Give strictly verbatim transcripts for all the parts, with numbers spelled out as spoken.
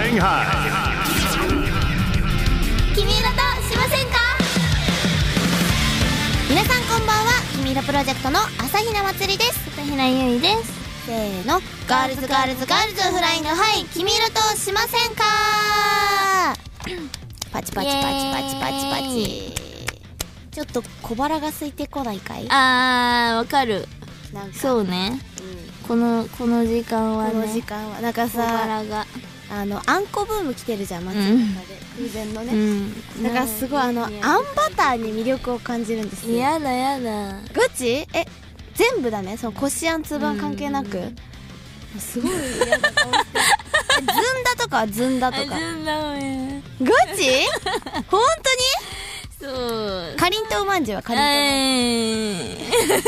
Flying High。 君色としませんか。皆さんこんばんは。君色プロジェクトの朝比奈まつりです。 朝比奈ゆいです。 せーの、ガールズガールズガールズフライングハイ、君色としませんか。パチパチパチパチパチパチ。ちょっと小腹が空いてこないかい。 あー、わかる。 なんかそうね、うん、このこの時間はね、 この時間はなんかさ、 小腹があのあんこブーム来てるじゃん、街の中で、空前のね、うん、だからすごいあのあんバターに魅力を感じるんですよ。 やだやだ。 ガチ？え、全部だね、そのこしあんつぶあん関係なく、すごい嫌な顔して。ずんだとかはずんだとか。 ずんだね。 ガチ？本当に？そう。 かりんとうまんじゅうはかりんとうまんじゅう。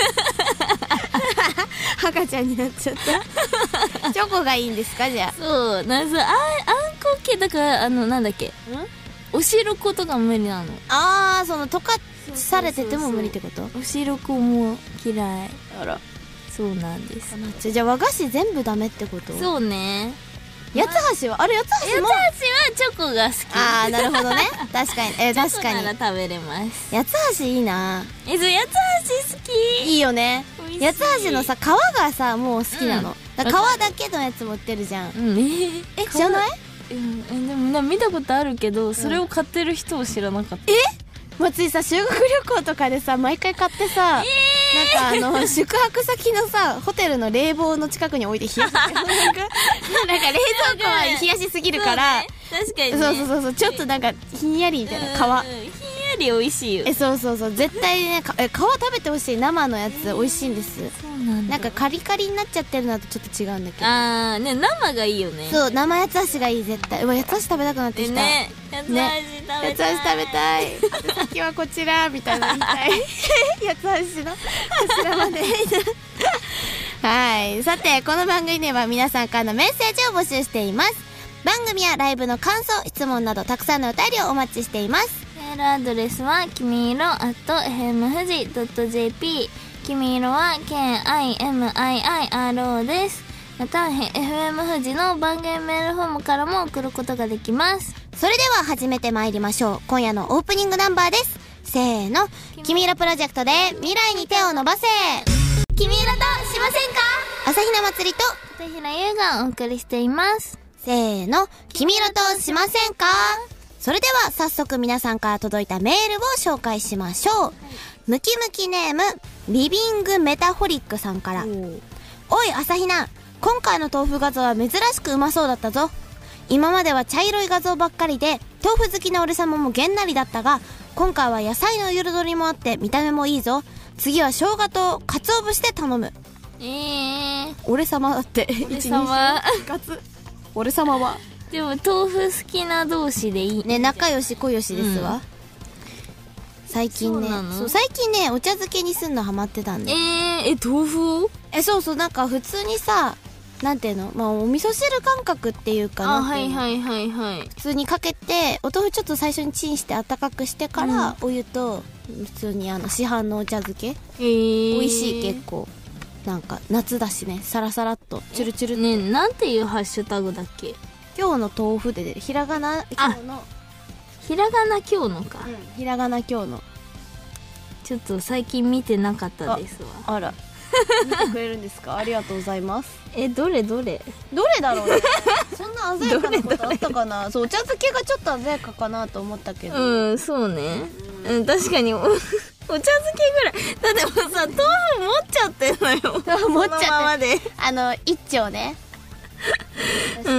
赤ちゃんになっちゃった。チョコがいいんですか、じゃあ。 そう、なんかああんこ系だから、あのなんだっけ、おしることが無理なの。 あー、その溶かされてても無理ってこと？ おしるこも嫌い。 あら、 そうなんです。 じゃあ和菓子全部ダメってこと？ そうね。 八つ橋はあれ、八つ橋も、 八つ橋はチョコが好き。 あー、なるほどね。確かに、えー、確かにチョコなら食べれます。 八つ橋いいな。 え、そう、八つ橋好き。 いいよね。八つ橋のさ、皮がさ、もう好きなの、うん、だから皮だけのやつも売ってるじゃん、うん、えー、え、知らない？ うん、え、でもな見たことあるけど、それを買ってる人を知らなかった。 え、松井さ、修学旅行とかでさ、毎回買ってさ、えー、なんかあの宿泊先のさ、ホテルの冷房の近くに置いて冷やしてなんかなんか冷蔵庫は冷やしすぎるから、 確かにね、 そうそうそうそう、ちょっとなんかひんやりみたいな、皮、 ひんやり美味しいよ。 え、そうそうそう、絶対ね、え、皮食べてほしい。生のやつ美味しいんです。 そうなんだ。 なんかカリカリになっちゃってるのとちょっと違うんだけど、 あーね、生がいいよね。そう、 生八つ橋がいい、絶対。うわ、八つ橋食べたくなってきたね。八つ橋食べたい、 八つ橋食べたい。先はこちらみたいな言いたい。八つ橋のこちらまで。はい、さてこの番組では皆さんからのメッセージを募集しています。番組やライブの感想、質問などたくさんのお便りをお待ちしています。 メールアドレスはきみいろ アットエフエムフジドットジェーピー、 きみいろは ケーアイエムアイアイアールオー です。また エフエム フジの番組メールフォームからも送ることができます。 それでは始めてまいりましょう。今夜のオープニングナンバーです。せーの、きみいろプロジェクトで未来に手を伸ばせ。君色としませんか。朝比奈まつりと朝比奈ゆうがお送りしています。 せーの、君色としませんか。それでは早速皆さんから届いたメールを紹介しましょう、はい、ムキムキネームリビングメタホリックさんから。おい朝比奈、今回の豆腐画像は珍しくうまそうだったぞ。今までは茶色い画像ばっかりで豆腐好きな俺様もげんなりだったが、今回は野菜の彩りもあって見た目もいいぞ。次は生姜と鰹節で頼む。 えー、 俺様だって。 俺様ガツ俺様はでも豆腐好きな同士でいいね、仲良し小良しですわ、うん、最近ね、そうそう、最近ねお茶漬けにすんのハマってたんで。 えー、え、豆腐をえ、そうそう、なんか普通にさ、なんていうの、まあお味噌汁感覚っていうか、 あ、はいはいはいはい、 普通にかけてお豆腐ちょっと最初にチンして温かくしてから、うん、お湯と普通にあの市販のお茶漬け、えー、美味しい。結構なんか夏だしね、サラサラっとチュルチュルね。なんていうハッシュタグだっけ。 今日の豆腐で出る、ひらがな今日の、 ひらがな今日のか、 うん、ひらがな今日の。 ちょっと最近見てなかったですわ。 あ, あら見てくれるんですか。ありがとうございます。 え、どれどれどれだろうね。そんな鮮やかなことあったかな。そう、お茶漬けがちょっと鮮やかかなと思ったけど。 うん、そうね、うん、うん、確かにお茶漬けぐらいだってもうさ、豆腐持っちゃってんのよ。 持っちゃって、 ままであの一丁ね。 うん、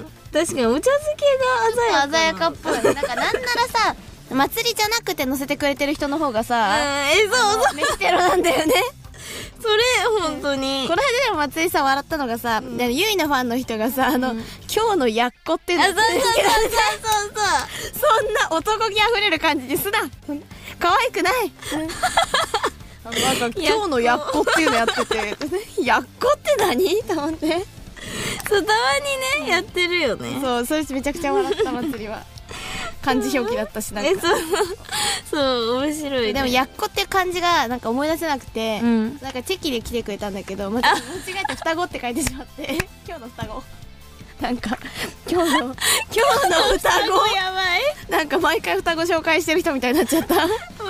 確かにお茶漬けが鮮やか鮮やかっぽいね。なんかなんならさ、祭りじゃなくて乗せてくれてる人の方がさ、 うん、え、そうそう、 飯テロなんだよね。 それ本当に、 この間でも松井さん笑ったのがさ、うん、ゆいのファンの人がさ、あの、うん、今日のやっこっていうの、 あ、そうそうそうそうそうそんな男気あふれる感じにすな、可愛くない。なんか今日のやっこっていうのやっててやっこって何と思って。 そう、たまにね、やってるよね。 そう、それめちゃくちゃ笑った。祭りは漢字表記だったし、なんかそうそう面白い、ね、 でもやっこっていう漢字がなんか思い出せなくて、うん、なんかチェキで来てくれたんだけど、ま、間違えて双子って書いてしまって今日の双子なんか、今日の、今日の双子。 やばい。 なんか毎回双子紹介してる人みたいになっちゃった。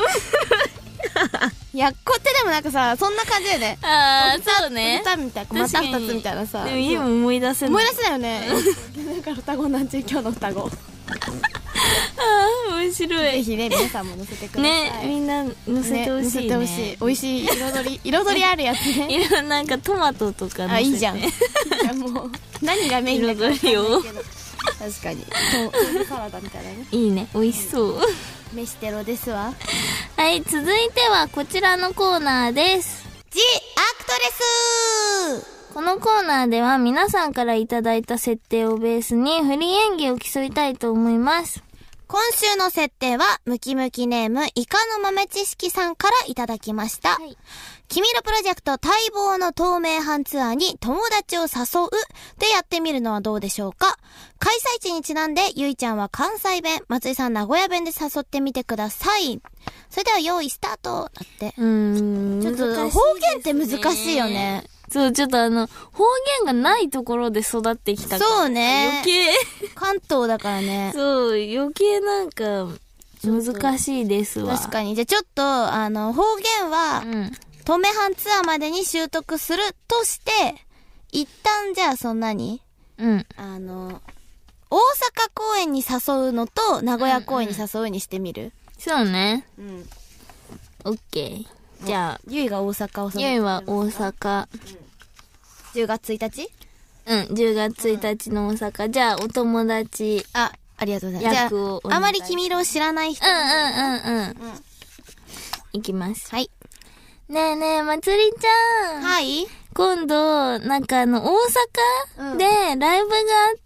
やっこってでもなんかさ、そんな感じだよね。 ああ、そうね。 歌みたいな、また二つみたいなさ。 でも今思い出せない。 思い出せないよね。なんか双子なんちゅう、今日の双子。 ああ、面白い。 ぜひね、皆さんも載せてください。 ね、みんな載せてほしいね。載せてほしい。 美味しい彩り、彩りあるやつね。 いろなんかトマトとか載せて。 あ、いいじゃん。いやもう、何がメインだか分かんないけど。確かに。サラダみたいなね。 いいね、美味しそう。 飯テロですわ。 はい、続いてはこちらのコーナーです。 ジ・アクトレス。 このコーナーでは皆さんからいただいた設定をベースにフリー演技を競いたいと思います。 今週の設定は、ムキムキネーム、イカの豆知識さんからいただきました。はい、君のプロジェクト待望の透明版ツアーに友達を誘うでやってみるのはどうでしょうか。開催地にちなんで、ゆいちゃんは関西弁、松井さん名古屋弁で誘ってみてください。それでは用意スタートだって。 うーん。 ちょっと方言って難しいよね。 そう、ちょっとあの、方言がないところで育ってきたから。 そうね。 余計。 関東だからね。 そう、余計なんか、難しいですわ。 確かに。じゃあちょっと、あの、方言は、うん、透明版ツアーまでに習得するとして、一旦じゃあそんなにうん。 あの、大阪公演に誘うのと、名古屋公演に誘うにしてみる、うんうん、 そうね。 うん。 オッケー。じゃあ、 ゆいが大阪をゆいは大阪。うん、 じゅうがつついたちうん、じゅうがつついたちの大阪。うん、じゃあ、お友達。 あ、ありがとうございます。役を。あまり君色を知らない人。 うんうんうんうん。うん、いきます。 はい。 ねえねえ、まつりちゃん。 はい。 今度、なんかあの、大阪でライブがあって、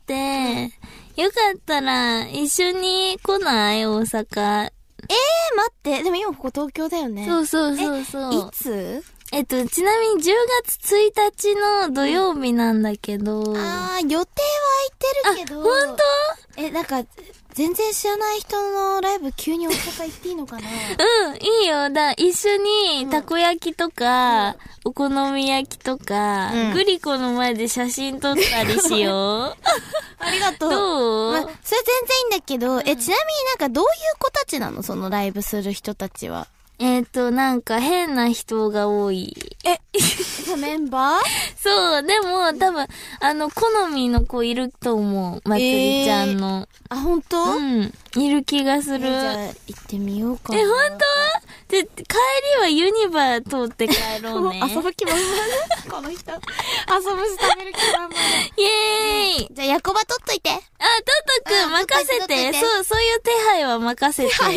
うん、よかったら一緒に来ない大阪。 えー、待って。でも今ここ東京だよね。 そうそうそうそう。 いつえっと、ちなみにじゅうがつついたちの土曜日なんだけど。うん、 あー、予定は空いてるけど。 ほんと？ え、なんか、全然知らない人のライブ急に大阪行っていいのかなうん、いいよ。だ、一緒にたこ焼きとか、うん、お好み焼きとか、うん、グリコの前で写真撮ったりしよう。 ありがとう。 どう？ ま、それ全然いいんだけど、うん、え、ちなみになんかどういう子たちなの？そのライブする人たちは。 えっと、なんか変な人が多い。 え、メンバーそう、でも多分、あの、好みの子いると思う。まつりちゃんの。 えー、あ、ほんと？ うん。いる気がする。えー、じゃあ、行ってみようかな。 え、ほんと？で、帰りはユニバー通って帰ろうね。 遊ぶ気満々この人。遊ぶし食べる気満々 イエーイ、 うん、じゃあ、ヤコバ取っといて。あ、 取っとく。任せて。そう、そういう手配は任せて。はい。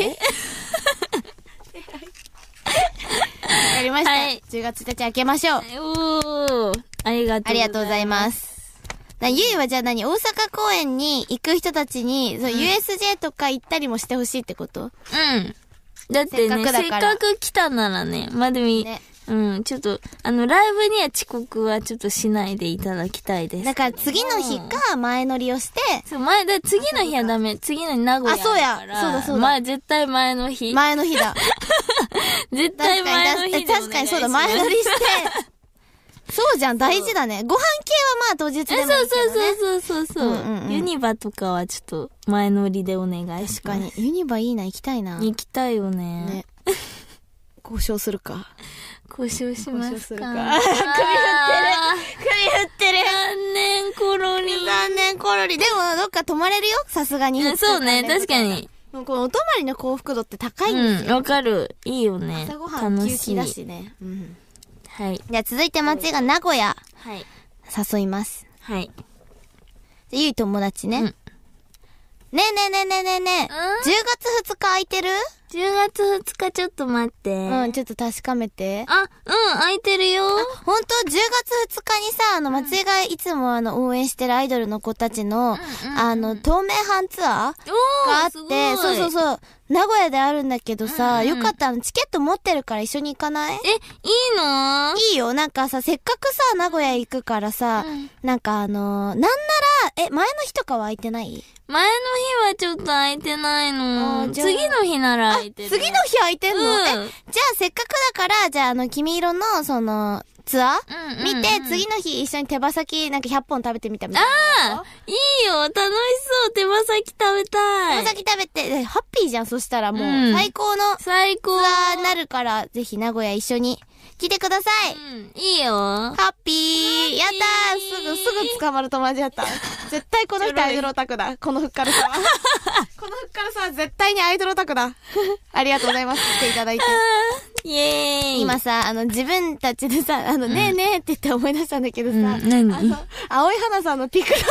わかりました。はい、じゅうがつついたち開けましょう。 おー。ありがとうございます。 ありがとうございます。だゆいはじゃあ何？大阪公演に行く人たちに、そう、うん、ユーエスジェー とか行ったりもしてほしいってこと？ うん。だってね、せっかくだから、せっかく来たならね、まあ、でもいい。ね、うん、ちょっと、あの、ライブには遅刻はちょっとしないでいただきたいです。 だから次の日か前乗りをして。 そう、前、で、次の日はダメ。次の日名古屋だから。 あ、そうや。そうだそうだ。 前、絶対前の日。 前の日だ。 絶対前の日で。 確かにそうだ、前乗りして。そうじゃん、大事だね。ご飯系はまあ当日でもいいけどね。 そうそうそうそうそう、うんうんうん。ユニバとかはちょっと前乗りでお願いします。 確かに。ユニバいいな、行きたいな。 行きたいよね。ね。 交渉するか。 交渉しますか。交渉するか。 首振ってる。首振ってる。 残念コロリ。 残念コロリ。でもどっか泊まれるよ、さすがに。 そうね、確かに。 もうこのお泊まりの幸福度って高いんですよ。 うん、わかる。いいよね。 朝ごはん休憩だしね。うん。 はい。 じゃあ続いて松井が名古屋。 はい。 誘います。 はい。 で、ゆい友達ね。うん、ねえねえねえねえねえねえ。うん、じゅうがつふつか空いてる？ じゅうがつふつかちょっと待って。 うん、ちょっと確かめて。 あ、うん、空いてるよ。 あ、ほんと ?じゅうがつふつかにさ、あの、松井がいつもあの、応援してるアイドルの子たちの、うんうん、あの、透明版ツアーがあって、そうそうそう。名古屋であるんだけどさ、うんうん、よかったらチケット持ってるから一緒に行かない？え、いいの？ いいよ。なんかさ、せっかくさ、名古屋行くからさ、うん、なんかあのー、なんなら、え、前の日とかは空いてない？ 前の日はちょっと空いてないの。次の日なら空いてる。 次の日空いてんの？うん、え、じゃあせっかくだから、じゃああの、君色の、その、 ツアー、 うんうんうん見て、次の日一緒に手羽先なんかひゃっぽん食べてみたみたいな。 ああいいよ楽しそう手羽先食べたい手羽先食べて、でハッピーじゃん。そしたらもう、 うん最高のツ最高アーになるから、ぜひ名古屋一緒に来てください。 うんいいよハッピーやったーすぐ、すぐ捕まる友達やった。絶対この人アイドルオタクだ。このふっからさ。このふっからさ、絶対にアイドルオタクだ。ありがとうございます。来ていただいて。 イエーイ今さ、あの、自分たちでさ、あの、ねえねえって言って思い出したんだけどさ、 うん何あの、青い花さんの TikTok の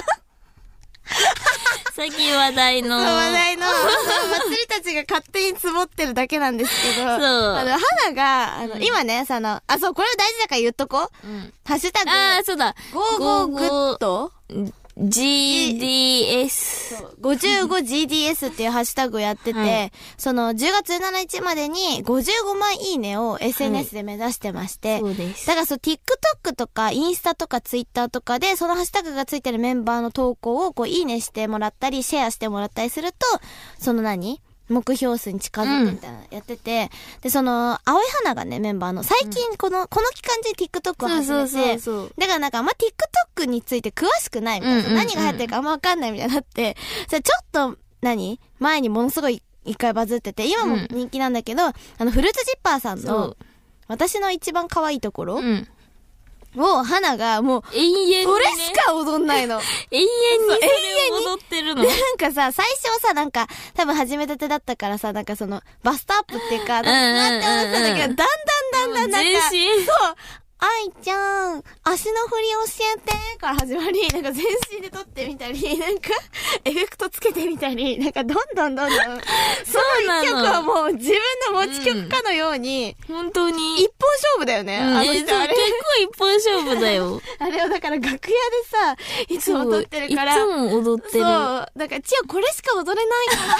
最近話題の話題の、祭りたちが勝手に積もってるだけなんですけど、 そうあの、花が、あの、 うん今ね、その、あ、そう、これ大事だから言っとこう。 うんハッシュタグ、 ああそうだゴーゴーグッドジーディーエスごじゅうごジーディーエス っていうハッシュタグをやってて、 はい、 そのじゅうがつじゅうしちにちまでにごじゅうごまんいいねを エスエヌエス で目指してまして、 そうですだからそう TikTok とかインスタとか Twitter とかでそのハッシュタグがついてるメンバーの投稿をこういいねしてもらったりシェアしてもらったりすると、その何目標数に近づくみたいなやってて、うん、で、その、青い花がね、メンバーの、最近この、うん、この期間中に TikTok を始めて、 そうそうそうだからなんかあんま TikTok について詳しくないみたいな、うんうんうん、何が流行ってるかあんまわかんないみたいになって、それちょっと、何前にものすごい一回バズってて、今も人気なんだけど、うん、あの、フルーツジッパーさんの、私の一番可愛いところ、うんを、花がもう、 永遠に、ね、 それしか踊んないの。 永遠にそれを踊ってるの。 で、なんかさ、最初はさ、なんか、多分始めたてだったからさ、なんかその、バストアップっていうか、なんか、なって思ったんだけど、だんだんだんだんなんか、 全身そう、愛ちゃん、足の振り教えてから始まり、なんか全身で撮ってみたり、なんか、エフェクトつけてみたり、なんかどんどんどんどん、 そうなの。 その一曲はもう自分の持ち曲かのように、 うん、本当に。 一本勝負だよね。 うん、あの人あれ。結構一本勝負だよ。 あれをだから楽屋でさ、いつも撮ってるから。 いつも踊ってる。そう。 だから、千代これしか踊れないから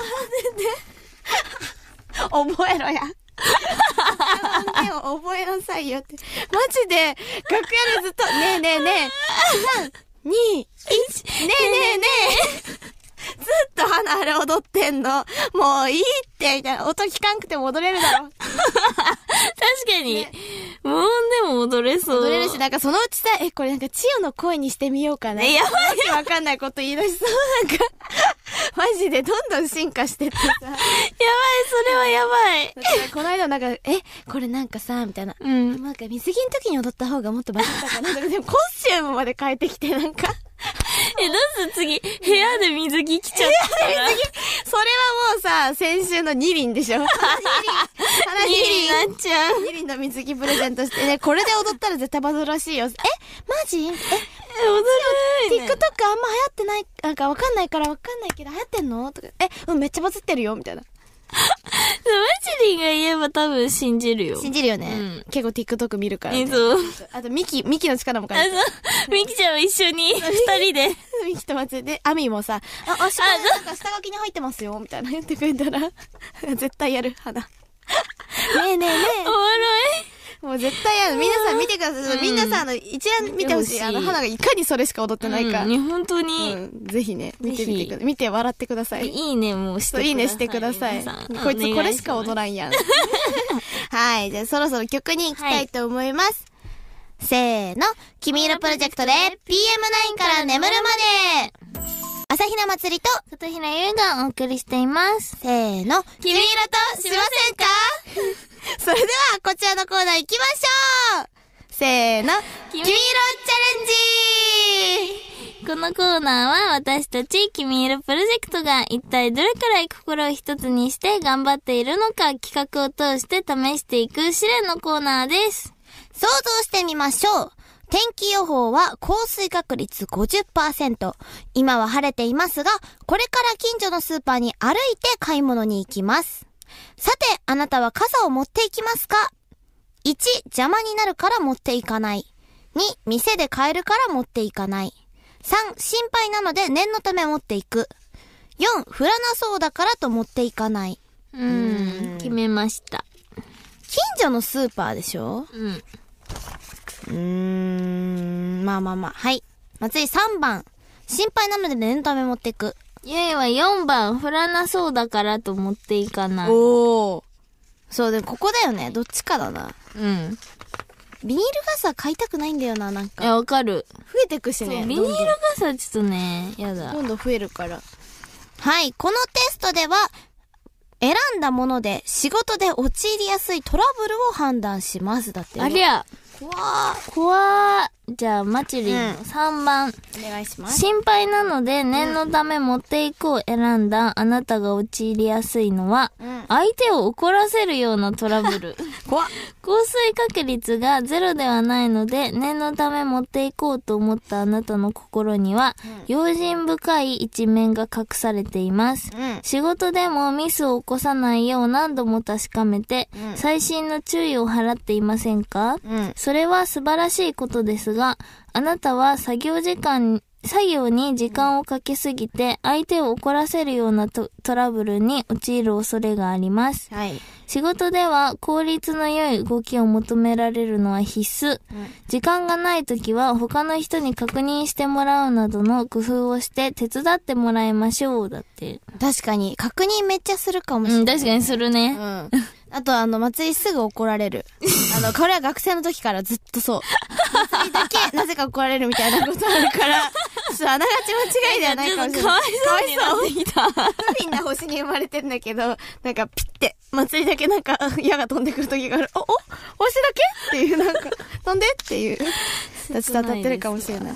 って。覚えろや。音源を覚えなさいよって。マジで、楽屋でずっと、ねえねえねえ、さん、に、いち、ねえねえねえ。ずっと花あれ踊ってんの。もういいって、みたいな。音聞かんくても踊れるだろ。 確かに。ね、無音でも踊れそう。 踊れるし、なんかそのうちさ、え、これなんか千代の声にしてみようかな。 え、やばい。 わかんないこと言い出しそう。なんか、マジでどんどん進化してってさ。やばい、 それはやばい。 この間なんか、え、これなんかさ、みたいな。 うん。 なんか水着の時に踊った方がもっとバズったかな。でもコスチュームまで変えてきて、なんか。 え、どうす次、部屋で水着着ちゃったら。 水着それはもうさ、先週の二輪でしょ。 二輪になっちゃう。 二輪の水着プレゼントしてね、これで踊ったら絶対バズるらしいよ。え、マジえ、踊る、 ね、 TikTok あんま流行ってない、なんかわかんないからわかんないけど流行ってんのとか、え、うん、めっちゃバズってるよ、みたいな。 マジリンが言えば多分信じるよ。 信じるよね。うん、結構 TikTok 見るから、ね。え、そう。あと、ミキ、ミキの力も感じる。 あ、そう。ミキちゃんは一緒に、二人で。 ミキと松井で、アミもさ、あ、足がなんか下書きに入ってますよ、みたいな言ってくれたら、絶対やる、花。ねえねえねえ。 おもろい。 もう絶対やる。皆さん見てください。うん、みんなさ、あの、一覧見てほしい。あの、花がいかにそれしか踊ってないか。 うん、本当に、 うん。ぜひね、見てみてください。見て笑ってください。 いいね、もうしてください。 いいねしてください。こいつこれしか踊らんやん。はい。じゃあそろそろ曲に行きたいと思います。はい、せーの。君色プロジェクトで ピーエムナイン から眠るまで。朝比奈まつりと琴平優がお送りしています。 せーの。君色としませんかそれでは、こちらのコーナー行きましょうせーの。君色チャレンジこのコーナーは私たち君色プロジェクトが一体どれくらい心を一つにして頑張っているのか企画を通して試していく試練のコーナーです。 想像してみましょう。天気予報は降水確率 ごじゅっパーセント。今は晴れていますが、これから近所のスーパーに歩いて買い物に行きます。さて、あなたは傘を持っていきますか ?いち. 邪魔になるから持っていかない。に. 店で買えるから持っていかない。さん. 心配なので念のため持っていく。よん. 降らなそうだからと持っていかない。 うーん、決めました。 近所のスーパーでしょ？ うん。 うーん、まあまあまあ。はい。松井さんばん。心配なので念のため持っていく。 ゆいはよんばん。降らなそうだからと持っていかない。 おー。そう、でもここだよね。どっちかだな。 うん。 ビニール傘買いたくないんだよな、なんか。 いや、わかる。 増えてくしね。 ビニール傘ちょっとね、やだ。 どんどん増えるから。はい、このテストでは、選んだもので仕事で陥りやすいトラブルを判断します。だって。 ありゃ。 怖ー。 怖ー。じゃあ、マチリンのさんばん。 お願いします。 心配なので念のため持っていくを選んだあなたが陥りやすいのは、うん、相手を怒らせるようなトラブル。 怖っ。 降水確率がゼロではないので念のため持っていこうと思ったあなたの心には、うん、用心深い一面が隠されています、うん、仕事でもミスを起こさないよう何度も確かめて、うん、細心の注意を払っていませんか、うん、それは素晴らしいことですが、あなたは作業時間作業に時間をかけすぎて相手を怒らせるような ト, トラブルに陥る恐れがあります、はい、仕事では効率の良い動きを求められるのは必須、うん、時間がないときは他の人に確認してもらうなどの工夫をして手伝ってもらいましょう。だって。確かに確認めっちゃするかもしれない、 うん、確かにするね、 うんあとあの、祭りすぐ怒られる。あの、これは学生の時からずっとそう。祭りだけなぜか怒られるみたいなことあるから、ちょっとあながち間違いではないかもしれない。 かわいそうになってきた。 不憫な星に生まれてんだけど、なんかピッて、祭りだけなんか矢が飛んでくる時がある。お、お星だけっていうなんか、飛んでっていう。立ち当たってるかもしれない。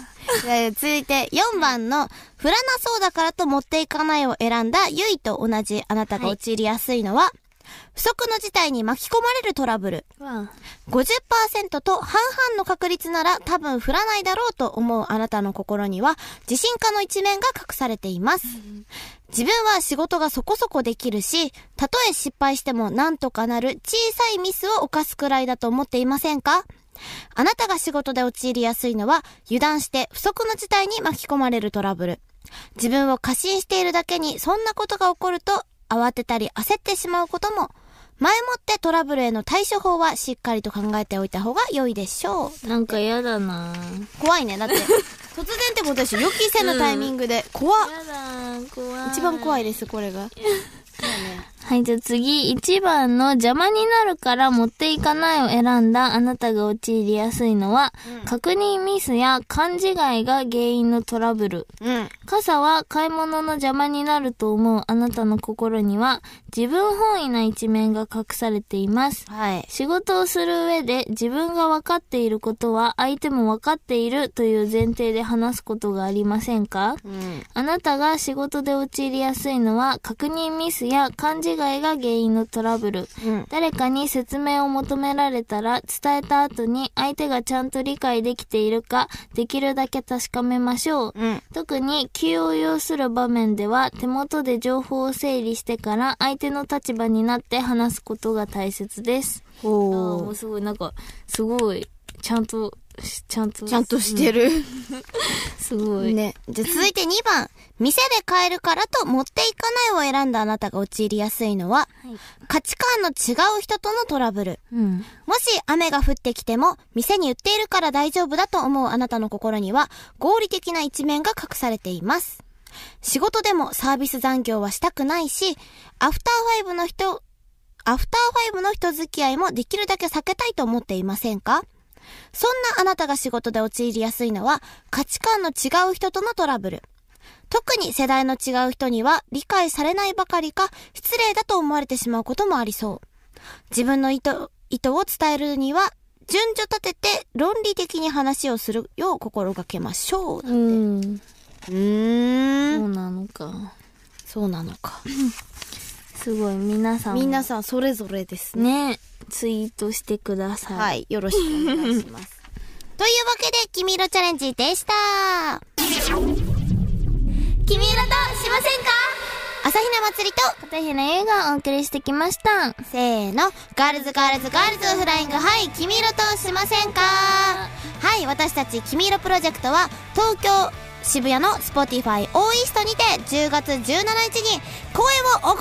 続いてよんばんの、降らなそうだからと持っていかないを選んだゆいと同じあなたが陥りやすいのは、はい、不測の事態に巻き込まれるトラブル。ごじゅっパーセント と半々の確率なら多分降らないだろうと思うあなたの心には自信家の一面が隠されています。自分は仕事がそこそこできるし、たとえ失敗してもなんとかなる小さいミスを犯すくらいだと思っていませんか？あなたが仕事で陥りやすいのは油断して不測の事態に巻き込まれるトラブル。自分を過信しているだけにそんなことが起こると慌てたり焦ってしまうことも、前もってトラブルへの対処法はしっかりと考えておいた方が良いでしょう。なんかやだな怖いね。だって突然ってことでしょ。予期せぬタイミングで、うん、怖っ。 やだ怖い。 一番怖いですこれが。 はい、じゃあ次、いちばんの邪魔になるから持っていかないを選んだあなたが陥りやすいのは、うん、確認ミスや勘違いが原因のトラブル、うん、傘は買い物の邪魔になると思うあなたの心には自分本位な一面が隠されています、はい、仕事をする上で自分が分かっていることは相手も分かっているという前提で話すことがありませんか、うん、あなたが仕事で陥りやすいのは確認ミスや勘違いが原因のトラブル、うん、誰かに説明を求められたら伝えた後に相手がちゃんと理解できているかできるだけ確かめましょう、うん、特に気を要する場面では手元で情報を整理してから相手の立場になって話すことが大切です。おー、もうすごいなんかすごいちゃんとちゃんとちゃんとしてる、うん、 すごいね。じゃあ続いてにばん、店で買えるからと持っていかないを選んだあなたが陥りやすいのは、はい、価値観の違う人とのトラブル、うん、もし雨が降ってきても店に売っているから大丈夫だと思うあなたの心には合理的な一面が隠されています。仕事でもサービス残業はしたくないし、アフターファイブの人アフターファイブの人付き合いもできるだけ避けたいと思っていませんか？そんなあなたが仕事で陥りやすいのは価値観の違う人とのトラブル。特に世代の違う人には理解されないばかりか失礼だと思われてしまうこともありそう。自分の意図、意図を伝えるには順序立てて論理的に話をするよう心がけましょう。だって。うーん。うーん。 そうなのか。 そうなのか。 すごい皆さん。 皆さんそれぞれですね。 ね。ツイートしてください。 はい。よろしくお願いします。というわけで、君色チャレンジでした。君色としませんか？朝比奈まつりと片平優がお送りしてきました。 せーの。ガールズガールズガールズフライング、はい、君色としませんか？はい、私たち君色プロジェクトは、東京、渋谷の Spotify オーイーストにてじゅうがつじゅうしちにちに公演を行い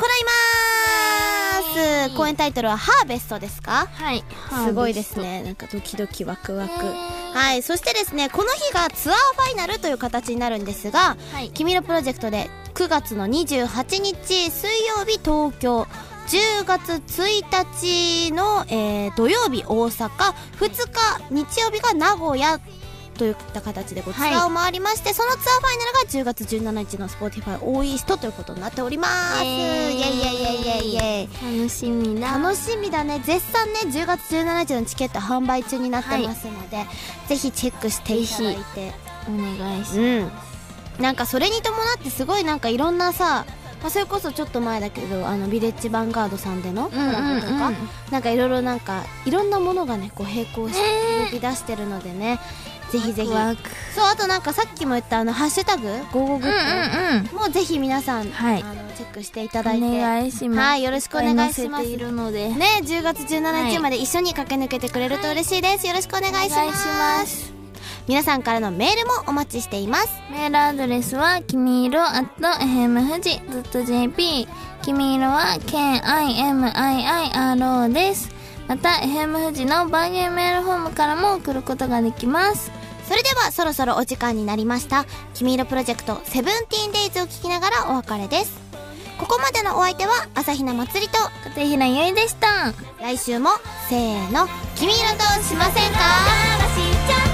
ます。公演タイトルはハーベストですか？ はい。 すごいですね。なんかドキドキワクワク。はい。そしてですね、この日がツアーファイナルという形になるんですが、はい、君のプロジェクトでくがつのにじゅうはちにち水曜日東京、 じゅうがつついたちの、えー、土曜日大阪、ふつか日曜日が名古屋といった形でこうツアーを回りまして、はい、そのツアーファイナルがじゅうがつじゅうしちにちの Spotify オーイーストということになっております。イエーイイエイイエイイエイイエイ。 楽しみだ楽しみだね。絶賛ねじゅうがつじゅうしちにちのチケット販売中になってますので、はい、ぜひチェックしていただいてお願いします、 うん、なんかそれに伴ってすごいなんかいろんなさ、まあ、それこそちょっと前だけどあのビレッジヴァンガードさんでのコラボとか、うんうんうん、なんかいろいろなんかいろんなものがねこう並行して動き出してるのでね、えー、ぜひぜひ。 ワクワク。 そう、あとなんかさっきも言ったあのハッシュタグゴーゴーグッドもうぜひ皆さん、はい、あのチェックしていただいてお願いします。 はい、よろしくお願いします。 いるのでね、じゅうがつじゅうしちにちまで一緒に駆け抜けてくれると嬉しいです。よろしくお願いします。ます。皆さんからのメールもお待ちしています。 メールアドレスはきみいろ アットエフエムフジドットジェーピー、 きみいろは ケーアイエムアイアイアールオー です。また エフエム フジの番組メールフォームからも送ることができます。 それではそろそろお時間になりました。きみいろプロジェクトセブンティーンデイズを聞きながらお別れです。ここまでのお相手は朝比奈まつりと片平ゆいでした。 来週もせーの、きみいろとしませんか。